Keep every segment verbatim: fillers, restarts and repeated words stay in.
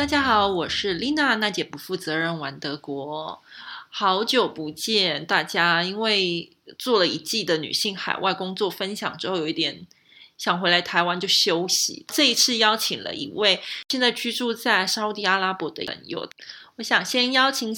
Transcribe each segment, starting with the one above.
家好，我是 Lina， 娜姐不负责任玩德国，好久不见大家。因为做了一季的女性海外工作分享之后，有一点想回来台湾就休息。这一次邀请了一位现在居住在沙烏地阿拉伯的朋友，我想先邀请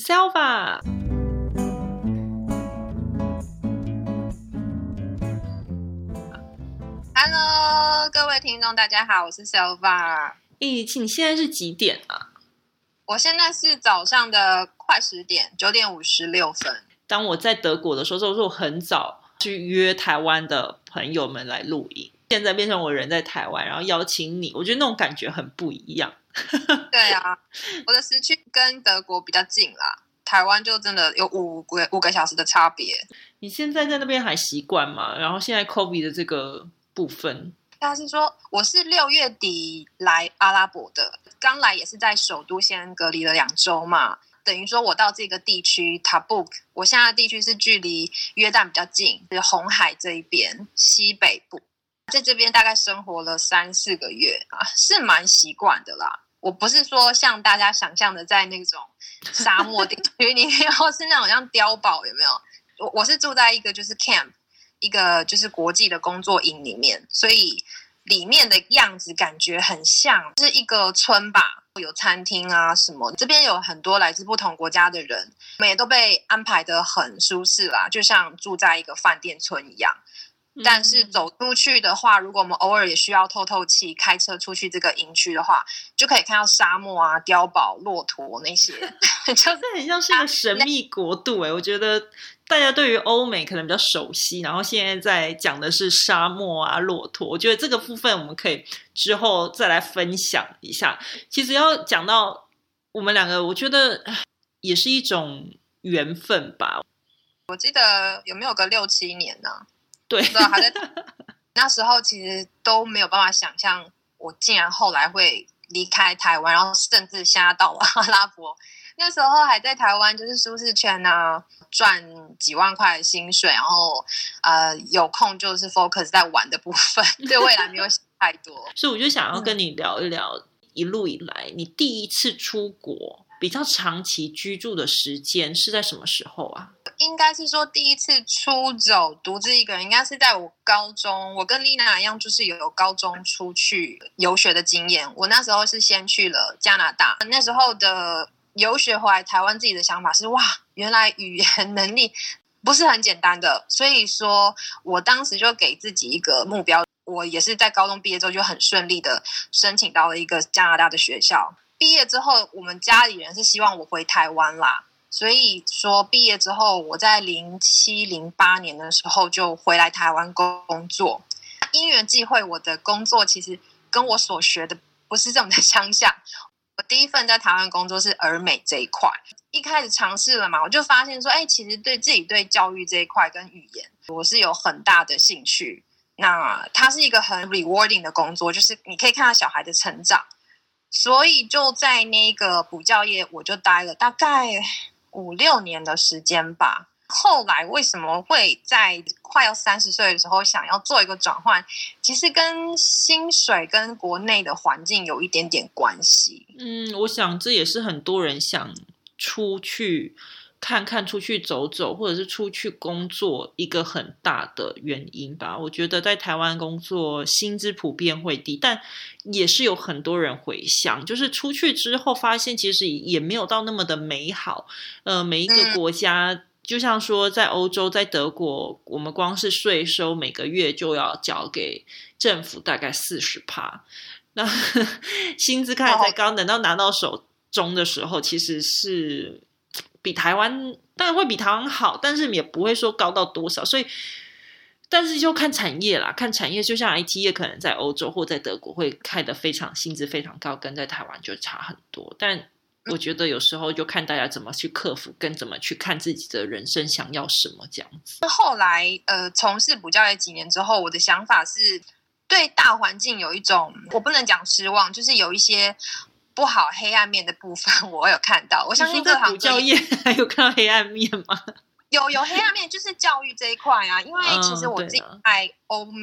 Selva。Hello， 各位听众，大家好，我是 Selva。 诶，你现在是几点啊？ 我现在是早上的快十点，九点五十六分。 当我在德国的时候，就是我很早去约台湾的朋友们来录影。现在变成我人在台湾，然后邀请你，我觉得那种感觉很不一样。 对啊，我的时区跟德国比较近啦，台湾就真的有五个五个小时的差别。 你现在在那边还习惯吗？然后现在 COVID 的这个部分。 他是说我是六月底来阿拉伯的，刚来也是在首都先隔离了两周嘛，等于说我到这个地区 Tabuk， 我现在的地区是距离约旦比较近，是红海这一边西北部，在这边大概生活了三四个月啊，是蛮习惯的啦。我不是说像大家想象的在那种沙漠地区里面，或是那种像碉堡，有没有？我我是住在一个就是 camp。一个就是国际的工作营里面，所以里面的样子感觉很像是一个村吧，有餐厅啊什么，这边有很多来自不同国家的人，我们也都被安排得很舒适啦，就像住在一个饭店村一样。但是走出去的话，如果我们偶尔也需要透透气，开车出去这个营区的话，就可以看到沙漠啊、碉堡、骆驼那些， 就是很像是一个神秘国度哎。我觉得大家对于欧美可能比较熟悉，然后现在在讲的是沙漠啊、骆驼，我觉得这个部分我们可以之后再来分享一下。其实要讲到我们两个，我觉得也是一种缘分吧。 我记得有没有个六七年呢、啊？ 对， 还在那时候其实都没有办法想象，我竟然后来会离开台湾，然后甚至现在到了阿拉伯。那时候还在台湾就是舒适圈啊，赚几万块的薪水，然后呃有空就是 focus 在玩的部分，对未来没有想太多。 所以我就想要跟你聊一聊、嗯、一路以来你第一次出国比较长期居住的时间是在什么时候啊？ 应该是说第一次出走独自一个人，应该是在我高中，我跟丽娜一样，就是有高中出去游学的经验。我那时候是先去了加拿大，那时候的游学回来台湾，自己的想法是哇，原来语言能力不是很简单的，所以说我当时就给自己一个目标，我也是在高中毕业之后就很顺利的申请到了一个加拿大的学校。毕业之后，我们家里人是希望我回台湾啦。所以说毕业之后，我在零七零八年的时候就回来台湾工作。因缘际会，我的工作其实跟我所学的不是这么的相像。我第一份在台湾工作是儿美这一块，一开始尝试了嘛，我就发现说，哎，其实对自己对教育这一块跟语言，我是有很大的兴趣。那它是一个很 rewarding 的工作，就是你可以看到小孩的成长。所以就在那个补教业，我就待了大概五六年的时间吧。后来为什么会在快要三十岁的时候想要做一个转换，其实跟薪水跟国内的环境有一点点关系。 嗯，我想这也是很多人想出去看看、出去走走，或者是出去工作一个很大的原因吧。我觉得在台湾工作薪资普遍会低，但也是有很多人回乡，就是出去之后发现其实也没有到那么的美好。呃，每一个国家、嗯、就像说在欧洲，在德国，我们光是税收每个月就要交给政府大概 百分之四十。 那薪资看起来再高，等到拿到手中的时候，其实是比台湾当然会比台湾好，但是也不会说高到多少。所以但是就看产业啦，看产业，就像 I T 业可能在欧洲或在德国会开得非常薪资非常高，跟在台湾就差很多。但我觉得有时候就看大家怎么去克服，跟怎么去看自己的人生想要什么这样子。 后来呃，从事补教业几年之后，我的想法是对大环境有一种，我不能讲失望，就是有一些不好黑暗面的部分我有看到。我相信各行补教业还有看到黑暗面吗？ 有有黑暗面，就是教育这一块啊。因为其实我自己在欧美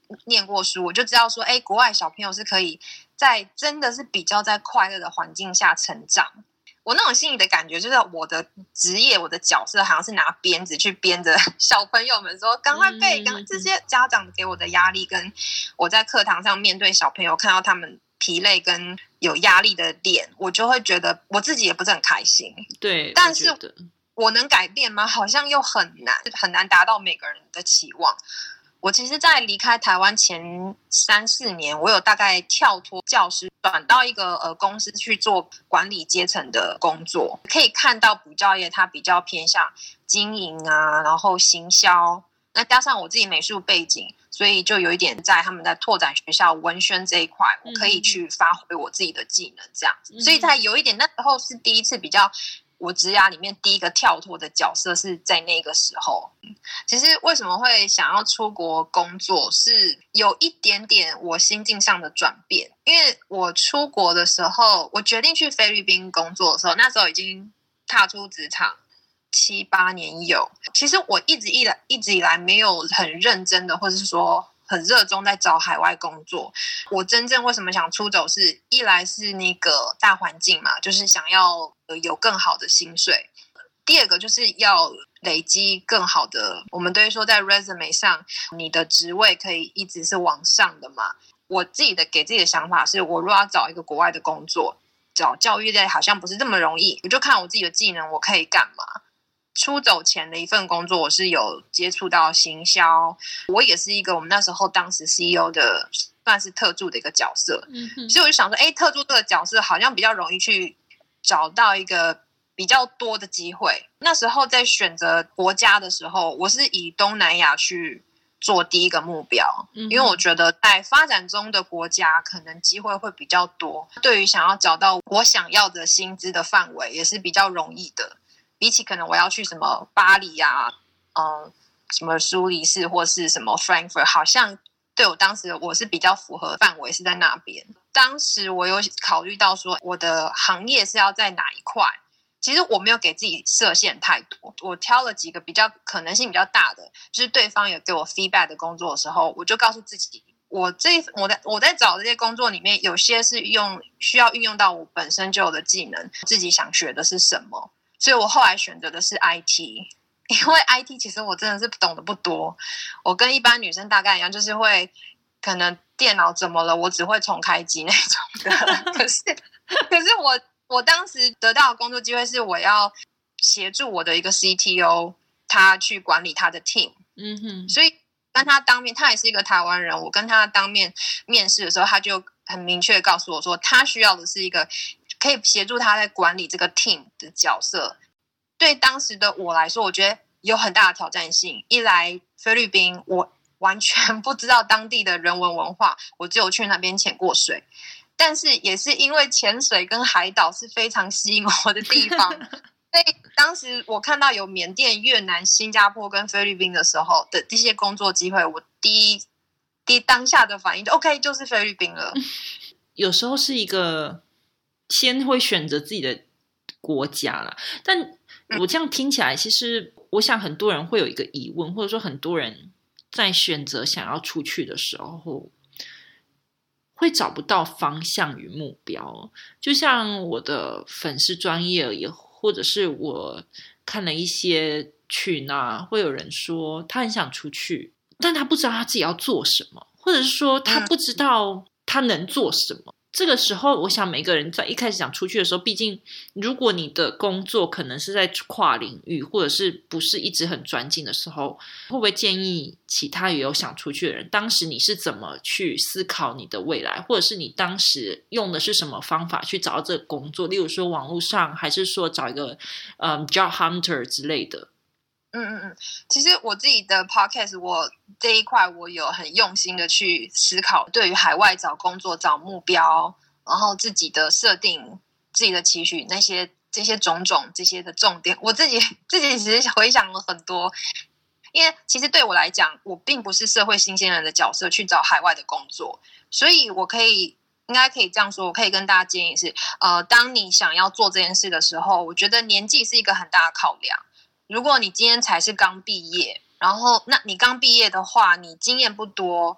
念过书，我就知道说，哎，国外小朋友是可以在真的是比较在快乐的环境下成长。我那种心里的感觉就是我的职业我的角色好像是拿鞭子去鞭着小朋友们说赶快背，赶快，这些家长给我的压力跟我在课堂上面对小朋友看到他们疲累跟有压力的脸，我就会觉得我自己也不是很开心。 对， 但是我能改变吗？好像又很难，很难达到每个人的期望。我其实在离开台湾前三四年，我有大概跳脱教师转到一个呃公司去做管理阶层的工作，可以看到补教业它比较偏向经营啊，然后行销，那加上我自己美术背景，所以就有一点在他们在拓展学校文宣这一块，我可以去发挥我自己的技能这样子，所以在有一点那时候是第一次比较我职涯里面第一个跳脱的角色是在那个时候。其实为什么会想要出国工作，是有一点点我心境上的转变。因为我出国的时候，我决定去菲律宾工作的时候，那时候已经踏出职场七八年有。其实我一直以来一直以来没有很认真的，或者是说很热衷在找海外工作。我真正为什么想出走，是一来是那个大环境嘛，就是想要有更好的薪水，第二个就是要累积更好的，我们都会说在 resume 上你的职位可以一直是往上的嘛。我自己的给自己的想法是，我如果要找一个国外的工作，找教育类好像不是这么容易，我就看我自己的技能我可以干嘛。出走前的一份工作，我是有接触到行销，我也是一个我们那时候当时 C E O 的算是特助的一个角色，嗯、所以我就想说，哎，特助这个角色好像比较容易去找到一个比较多的机会。那时候在选择国家的时候，我是以东南亚去做第一个目标，因为我觉得在发展中的国家可能机会会比较多，对于想要找到我想要的薪资的范围也是比较容易的，比起可能我要去什么巴黎啊，嗯，什么苏黎世或是什么 Frankfurt， 好像对我当时我是比较符合范围是在那边。当时我有考虑到说我的行业是要在哪一块，其实我没有给自己设限太多，我挑了几个比较可能性比较大的，就是对方有给我 feedback 的工作的时候，我就告诉自己，我这我在我在找这些工作里面，有些是用需要运用到我本身就有的技能，自己想学的是什么，所以我后来选择的是 I T。因为 I T 其实我真的是懂得不多，我跟一般女生大概一样，就是会可能电脑怎么了，我只会重开机那种的。可是，可是我我当时得到的工作机会是，我要协助我的一个 C T O， 他去管理他的 team。嗯哼，所以跟他当面，他也是一个台湾人，我跟他当面面试的时候，他就很明确告诉我说，他需要的是一个可以协助他在管理这个 team 的角色。对当时的我来说，我觉得有很大的挑战性。一来菲律宾，我完全不知道当地的人文文化，我只有去那边潜过水，但是也是因为潜水跟海岛是非常吸引我的地方，所以当时我看到有缅甸、越南、新加坡跟菲律宾的时候的这些工作机会，我第一第一当下的反应就 OK， 就是菲律宾了。 有时候是一个先会选择自己的国家啦，但我这样听起来，其实我想很多人会有一个疑问，或者说很多人在选择想要出去的时候，会找不到方向与目标。就像我的粉丝专页，也或者是我看了一些群啊，会有人说他很想出去，但他不知道他自己要做什么，或者是说他不知道他能做什么。这个时候我想每个人在一开始想出去的时候，毕竟如果你的工作可能是在跨领域，或者是不是一直很专精的时候，会不会建议其他也有想出去的人，当时你是怎么去思考你的未来，或者是你当时用的是什么方法去找到这个工作，例如说网络上，还是说找一个、嗯、job hunter 之类的。 嗯嗯嗯，其实我自己的 podcast， 我这一块我有很用心的去思考，对于海外找工作、找目标，然后自己的设定、自己的期许，那些这些种种这些的重点，我自己自己其实回想了很多。因为其实对我来讲，我并不是社会新鲜人的角色去找海外的工作，所以我可以应该可以这样说，我可以跟大家建议是，呃，当你想要做这件事的时候，我觉得年纪是一个很大的考量。如果你今天才是刚毕业，然后那你刚毕业的话，你经验不多，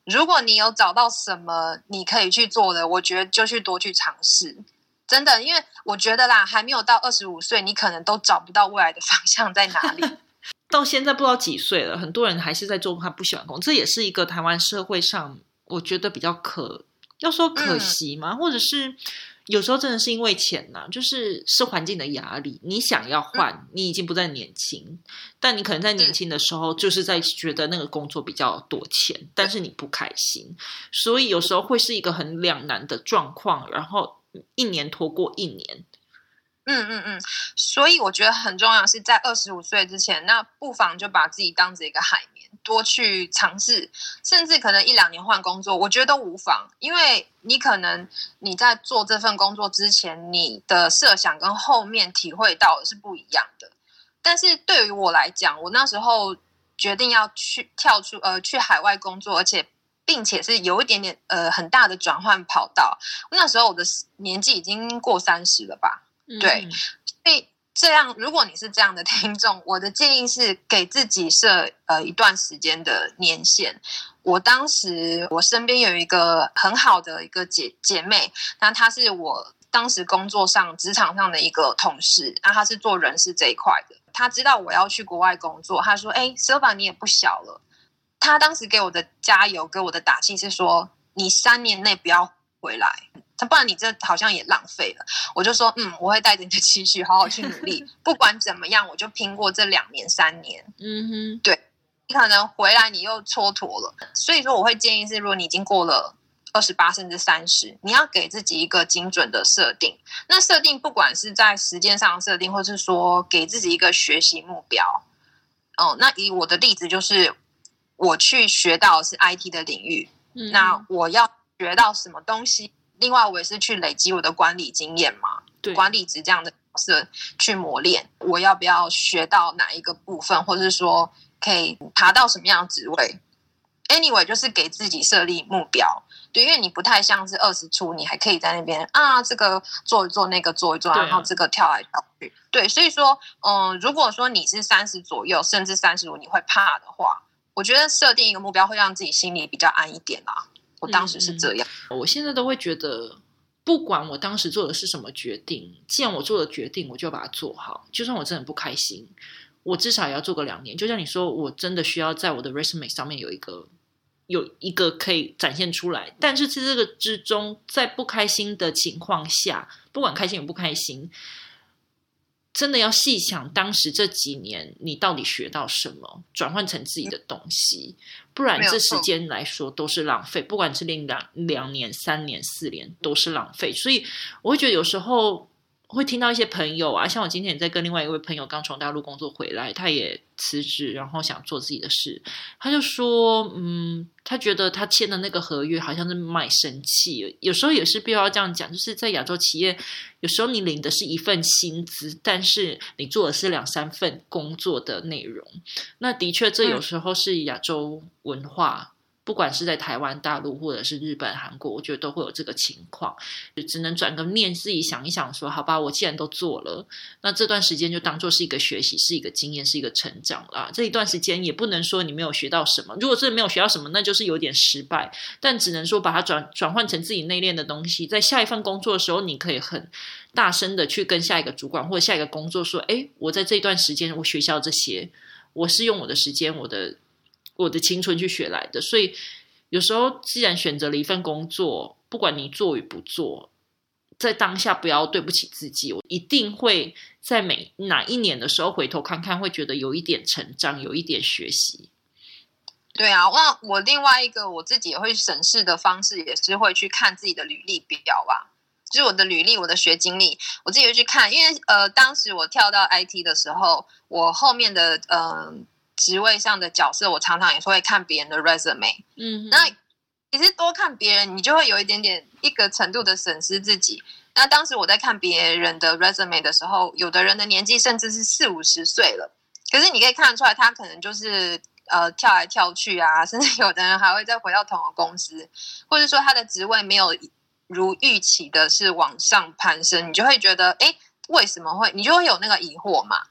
如果你有找到什么你可以去做的，我觉得就去多去尝试。真的，因为我觉得啦，还没有到二十五岁，你可能都找不到未来的方向在哪里。 到现在不知道几岁了，很多人还是在做他不喜欢工作，这也是一个台湾社会上我觉得比较可要说可惜吗、嗯、或者是有时候真的是因为钱呐、啊，就是是环境的压力，你想要换、嗯、你已经不再年轻，但你可能在年轻的时候就是在觉得那个工作比较多钱，但是你不开心，所以有时候会是一个很两难的状况，然后一年拖过一年。 嗯嗯嗯，所以我觉得很重要是在二十五岁之前，那不妨就把自己当成一个海绵，多去尝试，甚至可能一两年换工作，我觉得都无妨。因为你可能你在做这份工作之前，你的设想跟后面体会到的是不一样的。但是对于我来讲，我那时候决定要去跳出呃去海外工作，而且并且是有一点点呃很大的转换跑道。那时候我的年纪已经过三十了吧。对，所以这样，如果你是这样的听众，我的建议是给自己设呃一段时间的年限。我当时我身边有一个很好的一个姐姐妹，那她是我当时工作上职场上的一个同事，那她是做人事这一块的。她知道我要去国外工作，她说：“哎 ，Silva 你也不小了。”她当时给我的加油，给我的打气是说：“你三年内不要回来。”不然你这好像也浪费了。我就说嗯，我会带着你的期许好好去努力，不管怎么样我就拼过这两年三年。嗯哼，对，你可能回来你又蹉跎了。所以说我会建议是，如果你已经过了二十八甚至三十，你要给自己一个精准的设定。那设定不管是在时间上的设定，或是说给自己一个学习目标。哦，那以我的例子就是我去学到的是 I T 的领域、嗯、那我要学到什么东西，另外我也是去累积我的管理经验嘛，对，管理职这样的角色去磨练，我要不要学到哪一个部分，或者是说可以爬到什么样的职位。 anyway 就是给自己设立目标。对，因为你不太像是二十出你还可以在那边啊这个做一做那个做一做、啊、然后这个跳来跳去。对，所以说嗯，如果说你是三十左右甚至三十五你会怕的话，我觉得设定一个目标会让自己心里比较安一点啦。我当时是这样、 嗯、我现在都会觉得不管我当时做的是什么决定，既然我做了决定我就把它做好，就算我真的不开心我至少也要做个两年。就像你说我真的需要在我的 resume 上面有一个有一个可以展现出来，但是在这个之中在不开心的情况下，不管开心与不开心，真的要细想当时这几年你到底学到什么，转换成自己的东西，不然这时间来说都是浪费，不管是两两年三年四年都是浪费。所以我会觉得有时候会听到一些朋友啊，像我今天也在跟另外一位朋友刚从大陆工作回来，他也辞职然后想做自己的事，他就说嗯，他觉得他签的那个合约好像是卖身契，有时候也是必要这样讲，就是在亚洲企业有时候你领的是一份薪资，但是你做的是两三份工作的内容。那的确这有时候是亚洲文化、嗯，不管是在台湾大陆或者是日本韩国，我觉得都会有这个情况，只能转个念自己想一想说好吧，我既然都做了，那这段时间就当作是一个学习，是一个经验，是一个成长啦。这一段时间也不能说你没有学到什么，如果真的没有学到什么那就是有点失败，但只能说把它转转换成自己内敛的东西，在下一份工作的时候你可以很大声的去跟下一个主管或者下一个工作说，诶，我在这一段时间我学校这些，我是用我的时间我的我的青春去学来的。所以有时候既然选择了一份工作，不管你做与不做，在当下不要对不起自己，我一定会在每哪一年的时候回头看看，会觉得有一点成长，有一点学习。 对啊，那我另外一个我自己也会审视的方式，也是会去看自己的履历表吧，就是我的履历我的学经历我自己会去看。因为呃，当时我跳到 I T 的时候，我后面的呃职位上的角色，我常常也是会看别人的 resume。 嗯，那其实多看别人你就会有一点点一个程度的审视自己。那当时我在看别人的 resume 的时候，有的人的年纪甚至是四五十岁了，可是你可以看得出来他可能就是呃跳来跳去啊，甚至有的人还会再回到同一个公司，或者说他的职位没有如预期的是往上攀升，你就会觉得诶为什么会，你就会有那个疑惑嘛。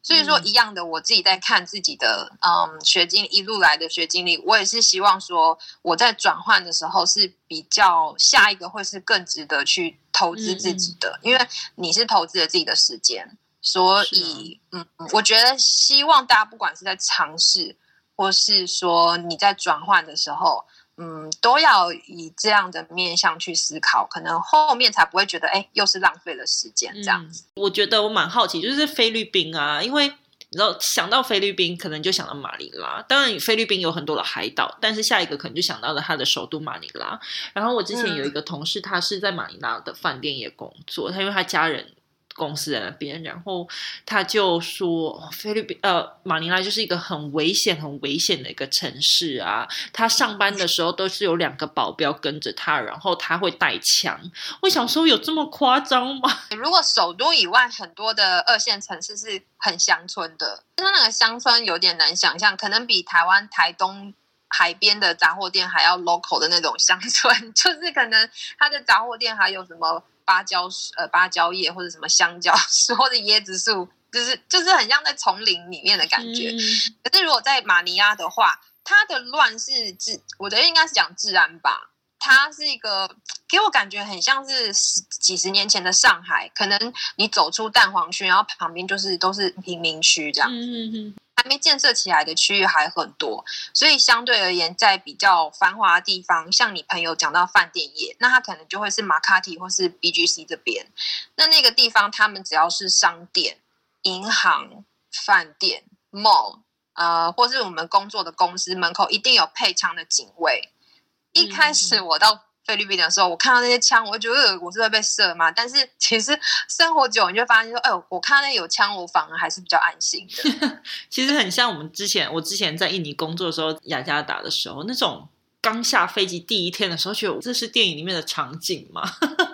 所以说一样的，我自己在看自己的嗯学经历一路来的学经历，我也是希望说我在转换的时候是比较下一个会是更值得去投资自己的，嗯嗯因为你是投资了自己的时间，所以、啊、嗯，我觉得希望大家不管是在尝试，或是说你在转换的时候。嗯，都要以这样的面向去思考，可能后面才不会觉得，哎，又是浪费了时间这样子、 嗯。我觉得我蛮好奇，就是菲律宾啊，因为你知道想到菲律宾，可能就想到马尼拉。当然，菲律宾有很多的海岛，但是下一个可能就想到了它的首都马尼拉。然后我之前有一个同事，他是在马尼拉的饭店业工作，他因为他家人。公司在那边，然后他就说菲律宾呃马尼拉就是一个很危险很危险的一个城市啊，他上班的时候都是有两个保镖跟着他，然后他会带枪。我想说有这么夸张吗？ 如果首都以外很多的二线城市是很乡村的，那那个乡村有点难想象，可能比台湾台东海边的杂货店还要 local 的那种乡村，就是可能他的杂货店还有什么芭蕉呃芭蕉叶或者什么香蕉树或者椰子树，就是就是很像在丛林里面的感觉、嗯、可是如果在马尼拉的话，它的乱是治我觉得应该是讲治安吧，它是一个给我感觉很像是几十年前的上海，可能你走出蛋黄区，然后旁边就是都是贫民区这样子、嗯还没建设起来的区域还很多，所以相对而言在比较繁华的地方，像你朋友讲到饭店业，那他可能就会是马卡提或是 B G C 这边，那那个地方他们只要是商店、银行、饭店、mall 呃，或是我们工作的公司门口一定有配枪的警卫。一开始我到菲律宾的时候，我看到那些枪，我就觉得我是会被射嘛。但是其实生活久，你就发现说，哎呦，我看到那有枪，我反而还是比较安心的。 其实很像我们之前，我之前在印尼工作的时候，雅加达的时候，那种刚下飞机第一天的时候，觉得这是电影里面的场景嘛，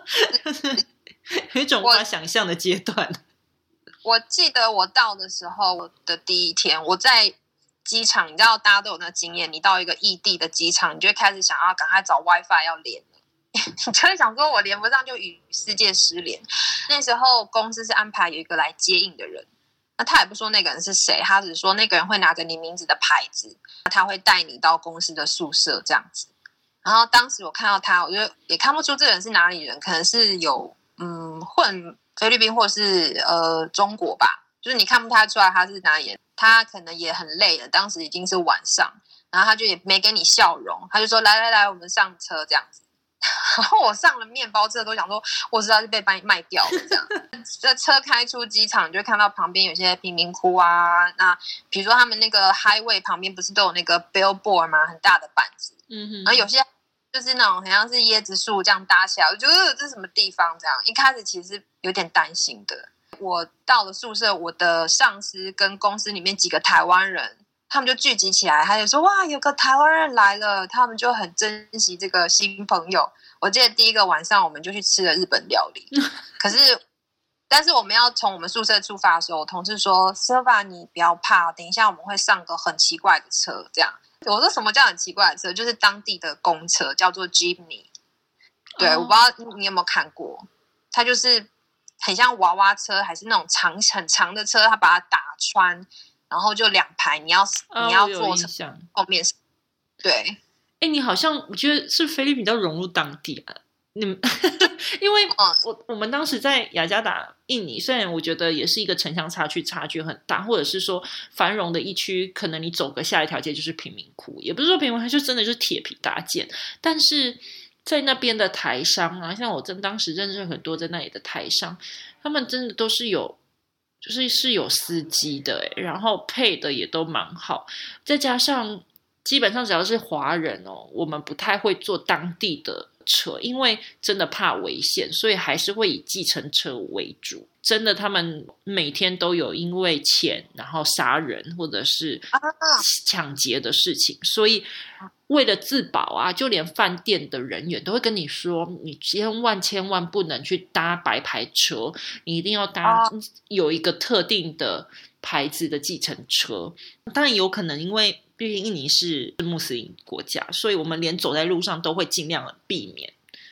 有一种无法想象的阶段。 我记得我到的时候，我的第一天，我在机场，你知道大家都有那个经验，你到一个异地的机场，你就会开始想要赶快找 WiFi 要连了，你就会想说我连不上就与世界失联。那时候公司是安排有一个来接应的人，那他也不说那个人是谁，他只说那个人会拿着你名字的牌子，他会带你到公司的宿舍这样子。然后当时我看到他，我就也看不出这个人是哪里人，可能是有嗯混菲律宾或是呃中国吧，就是你看不太出来他是哪里人。他可能也很累了，当时已经是晚上，然后他就也没给你笑容，他就说来来来我们上车这样子。然后我上了面包车都想说我知道是被卖掉了这样。这车开出机场，你就看到旁边有些贫民窟啊，那比如说他们那个 highway 旁边不是都有那个 billboard 吗，很大的板子，嗯哼，然后有些就是那种很像是椰子树这样搭起来，我觉得这是什么地方这样，一开始其实有点担心的。我到了宿舍，我的上司跟公司里面几个台湾人，他们就聚集起来，他就说哇，有个台湾人来了，他们就很珍惜这个新朋友。我记得第一个晚上我们就去吃了日本料理，可是但是我们要从我们宿舍出发的时候，我同事说 Silva 你不要怕，等一下我们会上个很奇怪的车这样。我说什么叫很奇怪的车？就是当地的公车叫做 Jeepney， 对、哦、我不知道你有没有看过，它就是很像娃娃车，还是那种长很长的车，它把它打穿，然后就两排，你要、哦、你要坐车后面。对， 哎，你好像我觉得是菲律宾比较融入当地啊。你们因为我我们当时在雅加达印尼，虽然我觉得也是一个城乡差距差距很大，或者是说繁荣的一区，可能你走个下一条街就是贫民窟，也不是说贫民窟，就真的就是铁皮大建，但是在那边的台商啊，像我真当时认识很多在那里的台商，他们真的都是有就是是有司机的，然后配的也都蛮好，再加上基本上只要是华人哦，我们不太会坐当地的车，因为真的怕危险，所以还是会以计程车为主。真的他们每天都有因为钱然后杀人或者是抢劫的事情，所以为了自保啊，就连饭店的人员都会跟你说，你千万千万不能去搭白牌车，你一定要搭有一个特定的牌子的计程车。当然有可能因为毕竟印尼是穆斯林国家，所以我们连走在路上都会尽量的避免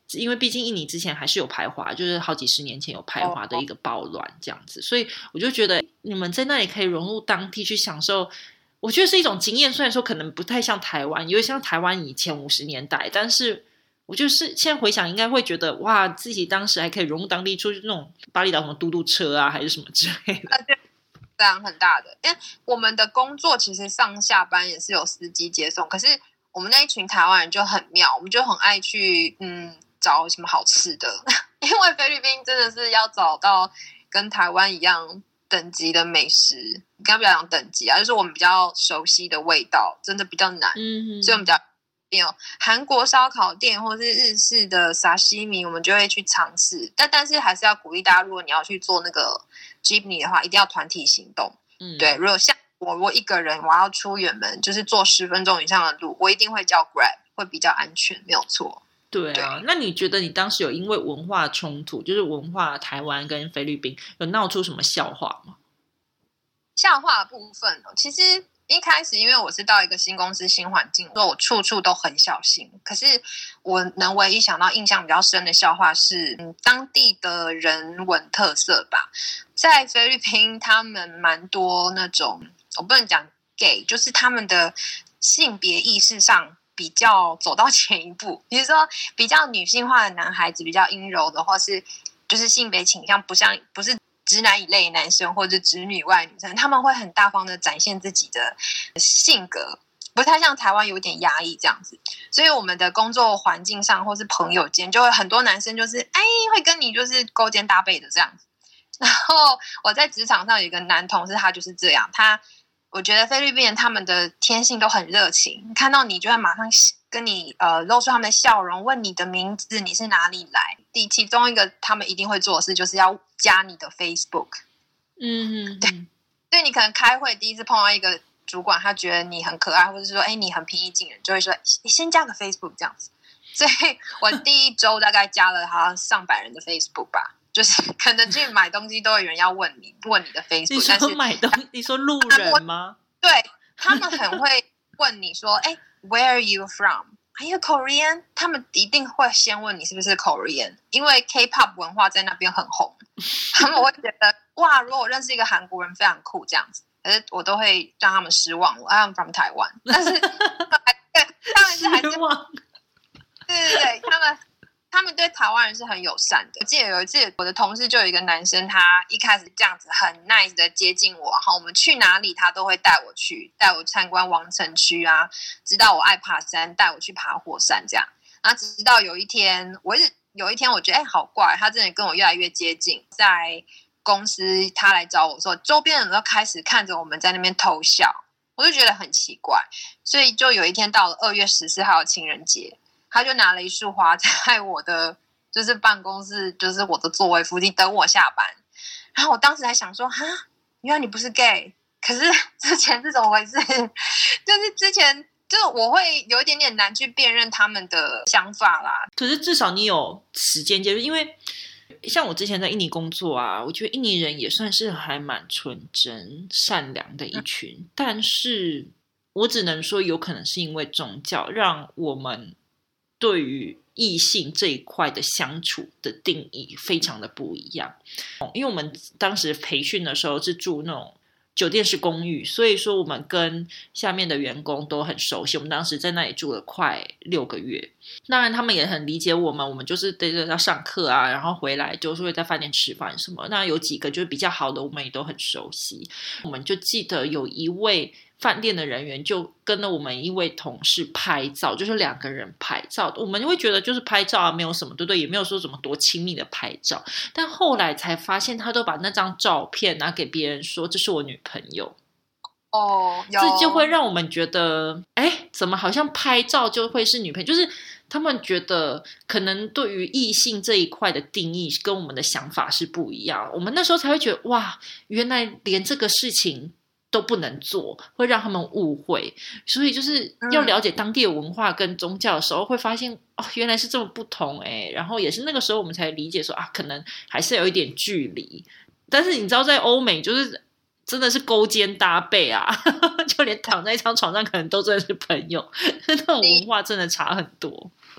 因为毕竟印尼之前还是有排华，就是好几十年前有排华的一个暴乱这样子，所以我就觉得你们在那里可以融入当地去享受，我觉得是一种经验。虽然说可能不太像台湾，因为像台湾以前五十年代，但是我就是现在回想应该会觉得哇，自己当时还可以融入当地，出去那种巴厘岛什么嘟嘟车啊还是什么之类的。 非常很大的，因为我们的工作其实上下班也是有司机接送，可是我们那一群台湾人就很妙，我们就很爱去嗯找什么好吃的，因为菲律宾真的是要找到跟台湾一样等级的美食，刚不要讲等级啊，就是我们比较熟悉的味道，真的比较难，嗯，所以我们比较有韩国烧烤店或是日式的沙西米，我们就会去尝试，但但是还是要鼓励大家，如果你要去做那个 Jeepney 的话，一定要团体行动。嗯，对，如果像我，我一个人我要出远门，就是坐十分钟以上的路，我一定会叫 Grab， 会比较安全，没有错。 对啊，对，那你觉得你当时有因为文化冲突，就是文化台湾跟菲律宾有闹出什么笑话吗？ 笑话的部分其实一开始因为我是到一个新公司新环境，所以我处处都很小心，可是我能唯一想到印象比较深的笑话是、嗯、当地的人文特色吧。在菲律宾他们蛮多那种，我不能讲 gay， 就是他们的性别意识上比较走到前一步，比如说比较女性化的男孩子，比较阴柔的，或是就是性别倾向不像不是直男一类的男生或者直女外女生，他们会很大方的展现自己的性格，不太像台湾有点压抑这样子。所以我们的工作环境上或是朋友间，就会很多男生就是哎会跟你就是勾肩搭背的这样子。然后我在职场上有一个男同事，他就是这样，他我觉得菲律宾人他们的天性都很热情，看到你就会马上跟你呃露出他们的笑容，问你的名字，你是哪里来。第其中一个他们一定会做的事就是要加你的 Facebook。 嗯，对，所以你可能开会第一次碰到一个主管，他觉得你很可爱，或者是说哎你很平易近人，就会说你先加个 Facebook 这样子。所以我第一周大概加了好像上百人的 Facebook 吧，就是可能去买东西都有人要问你问你的 Facebook。 你说买东西，你说路人吗？ 对，他们很会问你说哎 Where are you from? Are you Korean? 他们一定会先问你是不是 Korean， 因为 K-pop 文化在那边很红，他们会觉得哇，如果我认识一个韩国人非常酷这样子，可是我都会让他们失望，我 I'm from Taiwan， 但是他们是还是失望， 对对对，他们他们对台湾人是很友善的。我记得有一次我的同事就有一个男生，他一开始这样子很 nice 的接近我，然后我们去哪里他都会带我去，带我参观王城区啊，知道我爱爬山，带我去爬火山这样。然后直到有一天我一直有一天我觉得哎好怪，他真的跟我越来越接近，在公司他来找我的时候，周边人都开始看着我们在那边偷笑，我就觉得很奇怪。所以就有一天到了二月十四号情人节，他就拿了一束花在我的就是办公室，就是我的座位附近等我下班。然后我当时还想说哈，原来你不是 gay， 可是之前是怎么回事，就是之前就我会有一点点难去辨认他们的想法啦。 可是至少你有时间接触，因为像我之前在印尼工作啊，我觉得印尼人也算是还蛮纯真善良的一群、嗯、但是我只能说有可能是因为宗教让我们对于异性这一块的相处的定义非常的不一样。因为我们当时培训的时候是住那种酒店式公寓，所以说我们跟下面的员工都很熟悉，我们当时在那里住了快六个月。当然他们也很理解我们，我们就是对着要上课啊，然后回来就是会在饭店吃饭什么。那有几个就是比较好的，我们也都很熟悉。我们就记得有一位饭店的人员就跟了我们一位同事拍照，就是两个人拍照，我们会觉得就是拍照啊，没有什么，对不对？也没有说什么多亲密的拍照。但后来才发现，他都把那张照片拿给别人说这是我女朋友。 哦， 这就会让我们觉得，哎，怎么好像拍照就会是女朋友？就是他们觉得可能对于异性这一块的定义跟我们的想法是不一样。我们那时候才会觉得，哇，原来连这个事情都不能做，会让他们误会。所以就是要了解当地的文化跟宗教的时候，会发现哦，原来是这么不同哎。然后也是那个时候我们才理解说啊，可能还是有一点距离。但是你知道，在欧美就是真的是勾肩搭背啊，就连躺在一张床上可能都真的是朋友，那种文化真的差很多。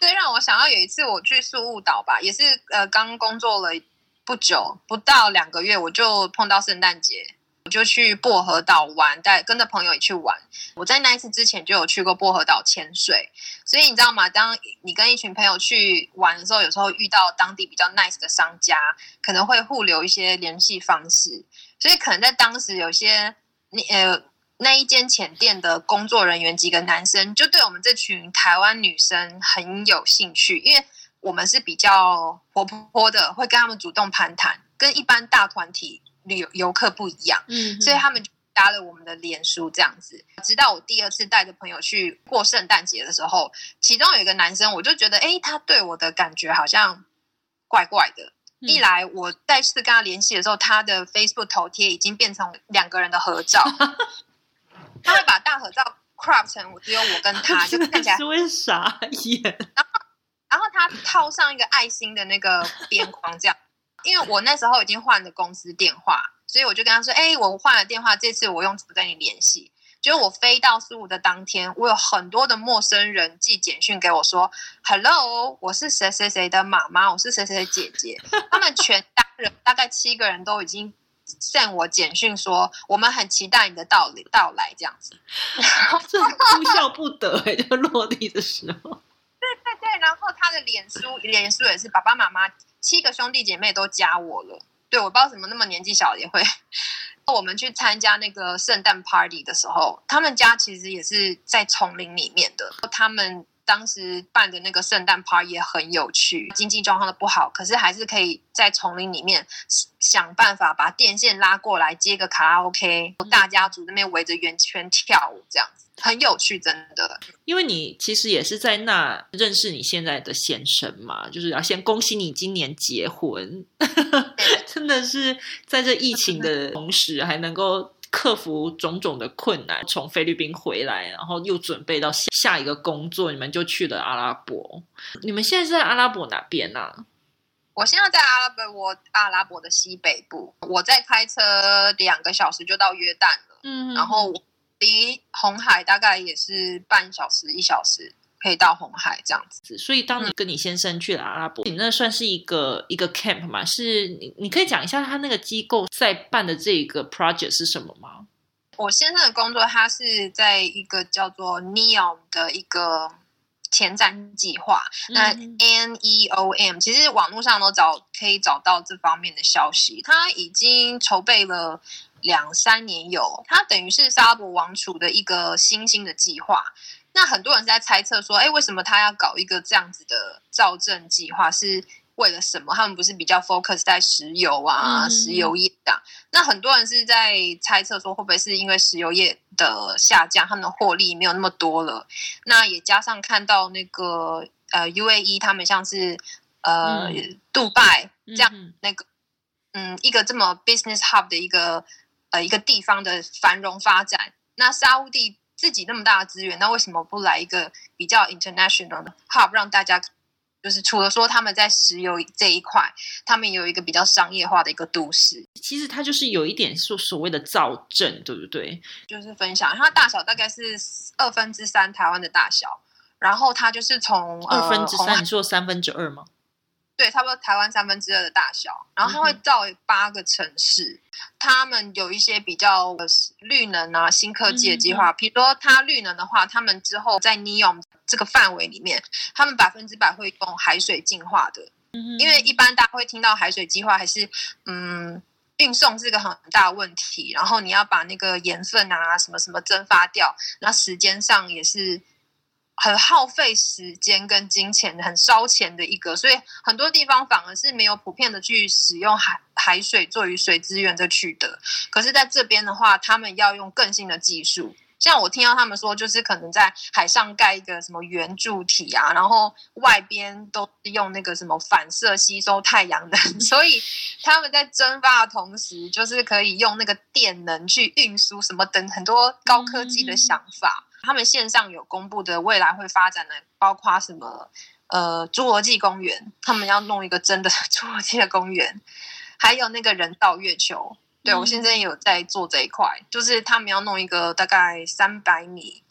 这让我想到有一次我去宿务岛吧，也是呃刚工作了不久，不到两个月，我就碰到圣诞节。我就去薄荷岛玩，带跟着朋友也去玩。我在那一次之前就有去过薄荷岛潜水，所以你知道吗？当你跟一群朋友去玩的时候，有时候遇到当地比较 nice 的商家，可能会互留一些联系方式。所以可能在当时有些你呃那一间潜店的工作人员几个男生，就对我们这群台湾女生很有兴趣，因为我们是比较活泼的，会跟他们主动攀谈，跟一般大团体旅游游客不一样，嗯，所以他们就加了我们的脸书这样子。直到我第二次带着朋友去过圣诞节的时候，其中有一个男生，我就觉得，哎，他对我的感觉好像怪怪的。嗯、一来，我再次跟他联系的时候，他的 Facebook 头贴已经变成两个人的合照，他会把大合照 crop 成只有我跟他，就看起来是会傻眼。 然后，然后他套上一个爱心的那个边框，这样。因为我那时候已经换了公司电话，所以我就跟他说：“哎、欸，我换了电话，这次我用怎么跟你联系？”结果我飞到宿务的当天，我有很多的陌生人寄简讯给我说 ：“Hello， 我是谁谁谁的妈妈，我是谁谁的姐姐。”他们全家人大概七个人都已经 send 我简讯说：“我们很期待你的到到来。”这样子， 这哭笑不得哎、欸，就落地的时候。 对对对，然后他的脸书，脸书也是爸爸妈妈。七个兄弟姐妹都加我了，对，我不知道怎么那么年纪小也会。我们去参加那个圣诞 party 的时候，他们家其实也是在丛林里面的。他们当时办的那个圣诞 party 也很有趣，经济状况都不好，可是还是可以在丛林里面想办法把电线拉过来，接个卡拉 OK， 大家族那边围着圆圈跳舞，这样子很有趣，真的。 因为你其实也是在那认识你现在的先生嘛，就是要先恭喜你今年结婚，真的是在这疫情的同时还能够克服种种的困难，从菲律宾回来，然后又准备到下一个工作，你们就去了阿拉伯。你们现在是在阿拉伯哪边啊？ 我现在在阿拉伯，我阿拉伯的西北部，我在开车两个小时就到约旦了，嗯，然后离红海大概也是半小时一小时可以到红海这样子。 所以当你跟你先生去了阿拉伯，嗯、你那算是一个一个 camp 嘛？是你你可以讲一下他那个机构在办的这个 project 是什么吗？ 我先生的工作，他是在一个叫做 NEOM 的一个前瞻计划，那 N E O M 其实网络上都找可以找到这方面的消息。他已经筹备了两三年有，它等于是沙拉伯王储的一个新兴的计划。那很多人在猜测说，哎，为什么他要搞一个这样子的造镇计划？是为了什么？他们不是比较 focus 在石油啊、嗯、石油业的？那很多人是在猜测说，会不会是因为石油业的下降，他们的获利没有那么多了？那也加上看到那个呃 U A E 他们像是呃、嗯、杜拜这样、嗯、那个嗯一个这么 business hub 的一个呃一个地方的繁荣发展，那沙烏地自己那么大的资源，那为什么不来一个比较 international 的 hub， 让大家就是除了说他们在石油这一块，他们有一个比较商业化的一个都市。 其实它就是有一点所所谓的造镇，对不对？ 就是分享，它大小大概是二分之三台湾的大小，然后它就是从二分之三、呃，你说三分之二吗？ 对，差不多台湾三分之二的大小，然后它会造八个城市，他们有一些比较绿能啊、新科技的计划，比如说它绿能的话，他们之后在 NEOM 这个范围里面，他们百分之百会用海水净化的，因为一般大家会听到海水净化还是嗯。运送是个很大的问题，然后你要把那个盐分啊什么什么蒸发掉，那时间上也是很耗费时间跟金钱，很烧钱的一个，所以很多地方反而是没有普遍的去使用海海水作为水资源的取得。可是在这边的话，他们要用更新的技术，像我听到他们说，就是可能在海上盖一个什么圆柱体啊，然后外边都是用那个什么反射吸收太阳能，所以他们在蒸发的同时，就是可以用那个电能去运输什么等很多高科技的想法。他们线上有公布的未来会发展的，包括什么呃侏罗纪公园，他们要弄一个真的侏罗纪的公园，还有那个人造月球。对，我现在有在做这一块，就是他们要弄一个大概三百米大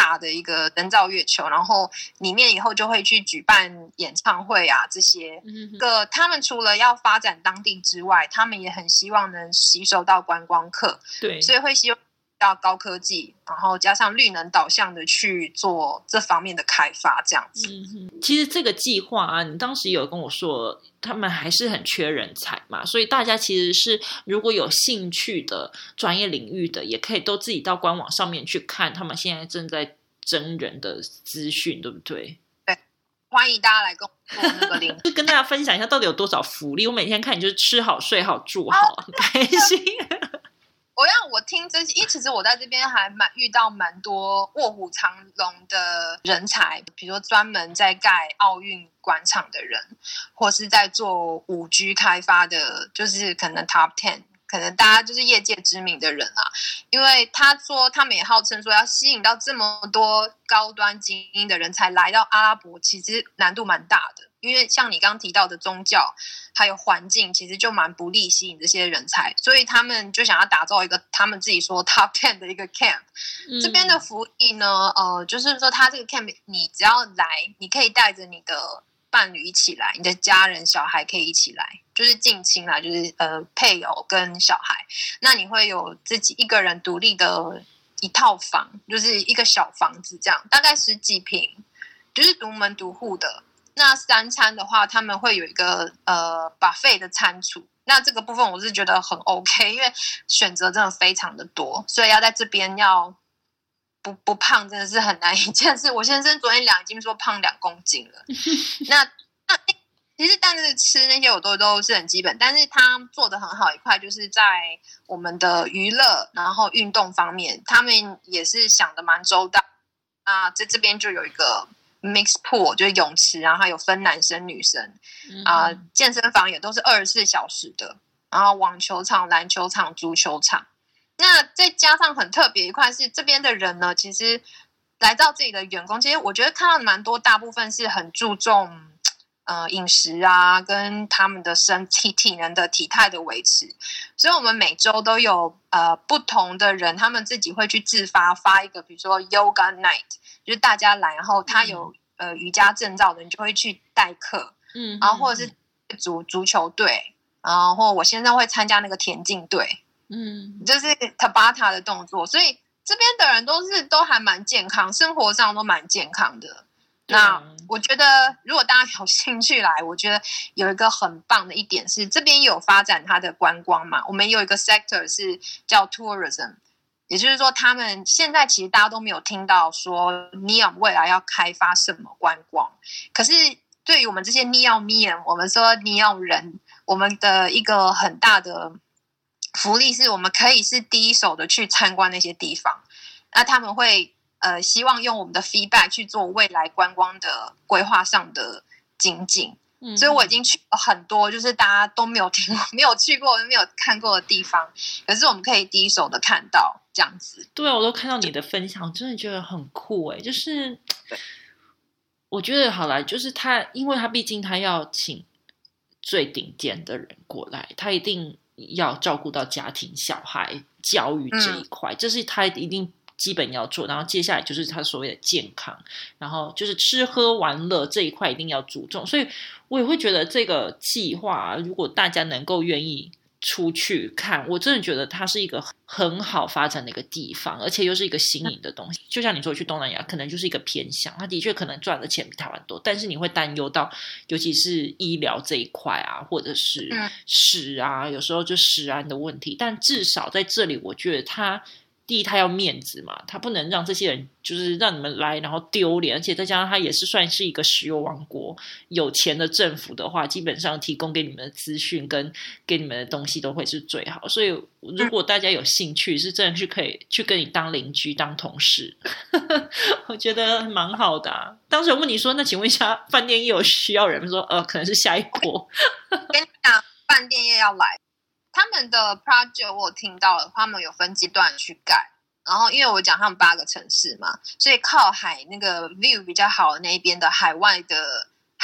大的一个人造月球，然后里面以后就会去举办演唱会啊这些。 嗯个他们除了要发展当地之外，他们也很希望能吸收到观光客， 对， 所以会希望到高科技，然后加上绿能导向的去做这方面的开发，这样子。 嗯，其实这个计划啊，你当时有跟我说，他们还是很缺人才嘛，所以大家其实是如果有兴趣的专业领域的，也可以都自己到官网上面去看，他们现在正在征人的资讯，对不对？ 对，欢迎大家来跟我做那个领就跟大家分享一下到底有多少福利。我每天看你就是吃好睡好住好， 哦、 很开心。 我让我听这些，因为其实我在这边还蛮遇到蛮多卧虎藏龙的人才，比如说专门在盖奥运广场的人，或是在做五 G 开发的，就是可能 Top Ten， 可能大家就是业界知名的人啊。因为他说他们也号称说要吸引到这么多高端精英的人才来到阿拉伯，其实难度蛮大的。因为像你刚刚提到的宗教还有环境其实就蛮不利吸引这些人才，所以他们就想要打造一个他们自己说 top ten 的一个 camp、嗯、这边的福利呢呃，就是说他这个 camp 你只要来你可以带着你的伴侣一起来，你的家人小孩可以一起来，就是近亲啦，就是呃配偶跟小孩，那你会有自己一个人独立的一套房，就是一个小房子这样，大概十几平，就是独门独户的。那三餐的话他们会有一个呃 buffet 的餐厨，那这个部分我是觉得很 OK， 因为选择真的非常的多，所以要在这边要不不胖真的是很难一件事。我先生昨天量已经说胖两公斤了那那其实但是吃那些我都都是很基本，但是他做的很好一块就是在我们的娱乐然后运动方面他们也是想的蛮周到啊，在这边就有一个mixed pool 就是泳池，然后还有分男生女生啊、呃，健身房也都是二十四小时的，然后网球场、篮球场、足球场。那再加上很特别一块是这边的人呢，其实来到这里的员工，其实我觉得看到蛮多，大部分是很注重呃饮食啊，跟他们的身体体能的体态的维持。所以我们每周都有呃不同的人，他们自己会去自发发一个，比如说 Yoga Night。就是大家来，然后他有、嗯、呃瑜伽证照的人就会去代课，嗯，然后或者是足足球队，然后我现在会参加那个田径队，嗯，就是 Tabata 的动作，所以这边的人都是都还蛮健康，生活上都蛮健康的。那我觉得如果大家有兴趣来，我觉得有一个很棒的一点是这边有发展它的观光嘛，我们有一个 sector 是叫 tourism，也就是说他们现在其实大家都没有听到说 Neom 未来要开发什么观光，可是对于我们这些 Neomian， 我们说 Neom 人，我们的一个很大的福利是我们可以是第一手的去参观那些地方，那他们会呃希望用我们的 feedback 去做未来观光的规划上的精进。嗯、所以我已经去了很多就是大家都没有听过没有去过没有看过的地方，可是我们可以第一手的看到这样子。 对，我都看到你的分享，我真的觉得很酷耶，就是我觉得好啦，就是他因为他毕竟他要请最顶尖的人过来，他一定要照顾到家庭小孩教育这一块、嗯、这是他一定基本要做，然后接下来就是他所谓的健康，然后就是吃喝玩乐这一块一定要注重，所以我也会觉得这个计划、啊、如果大家能够愿意出去看，我真的觉得它是一个很好发展的一个地方，而且又是一个新颖的东西。就像你说去东南亚可能就是一个偏向，它的确可能赚的钱比台湾多，但是你会担忧到尤其是医疗这一块啊，或者是食啊，有时候就食安的问题，但至少在这里我觉得它第一他要面子嘛，他不能让这些人就是让你们来然后丢脸，而且再加上他也是算是一个石油王国，有钱的政府的话基本上提供给你们的资讯跟给你们的东西都会是最好，所以如果大家有兴趣是真的是可以去跟你当邻居当同事我觉得蛮好的啊。当时我问你说那请问一下饭店业有需要人，说呃可能是下一波跟你讲饭店业要来，他们的 project 我有听到了，他们有分阶段去盖，然后因为我讲他们八个城市嘛，所以靠海那个 view 比较好的那一边的海外的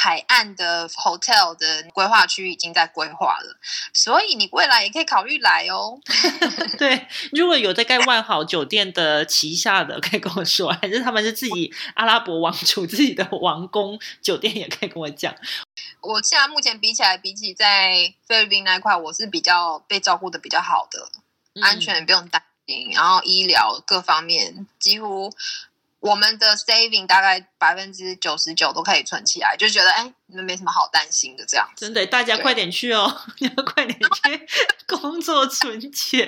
海岸的 hotel 的规划区已经在规划了，所以你未来也可以考虑来哦。 对，如果有在盖万豪酒店的旗下的，可以跟我说，还是他们是自己阿拉伯王储自己的王宫酒店，也可以跟我讲。 我现在目前比起来，比起在菲律宾那一块，我是比较被照顾的比较好的，嗯、安全不用担心，然后医疗各方面几乎。我们的 saving 大概百分之九十九都可以存起来，就觉得哎，你们没什么好担心的这样子。 真的，大家快点去哦，你要快点去工作存钱。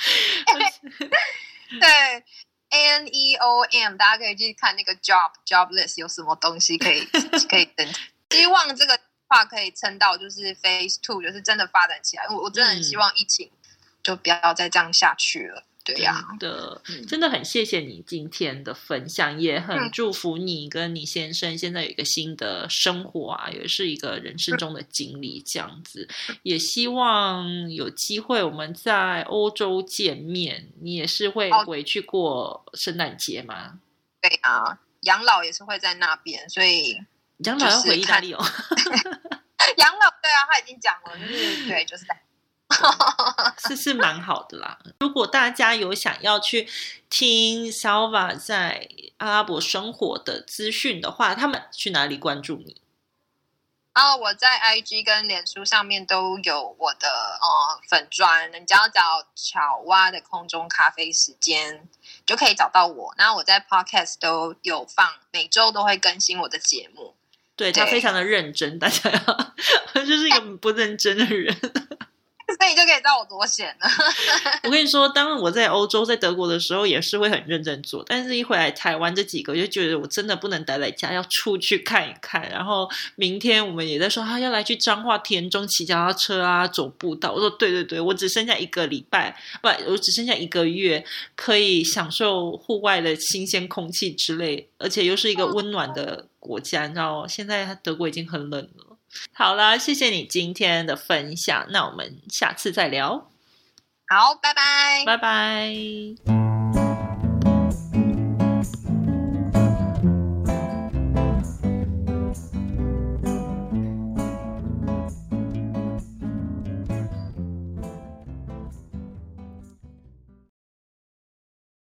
对 ，N E O M， 大家可以去看那个 job job list 有什么东西可以可以等。希望这个话可以撑到就是 phase two， 就是真的发展起来。我我真的很希望疫情就不要再这样下去了。对呀、啊， 真的，真的很谢谢你今天的分享，也很祝福你跟你先生现在有一个新的生活啊，也是一个人生中的经历这样子。也希望有机会我们在欧洲见面，你也是会回去过圣诞节吗？ 对啊，养老也是会在那边，所以养老要回意大利哦。 养老对啊，他已经讲了，就是对，就是在。 是是蛮好的啦。如果大家有想要去听 Salva 在阿拉伯生活的资讯的话，他们去哪里关注你？ 啊、哦，我在 I G 跟脸书上面都有我的呃粉专，你只要找巧蛙的空中咖啡时间就可以找到我。那我在 Podcast 都有放，每周都会更新我的节目。 对，他非常的认真，大家要就是一个不认真的人。 所以你就可以知道我多闲了。 我跟你说，当我在欧洲、在德国的时候，也是会很认真做。但是一回来台湾这几个，就觉得我真的不能待在家，要出去看一看。然后明天我们也在说，啊，要来去彰化田中骑脚踏车啊，走步道。我说，对对对，我只剩下一个礼拜，不，我只剩下一个月，可以享受户外的新鲜空气之类，而且又是一个温暖的国家。你知道，现在德国已经很冷了。好啦，谢谢你今天的分享，那我们下次再聊。 好，拜拜， 拜拜。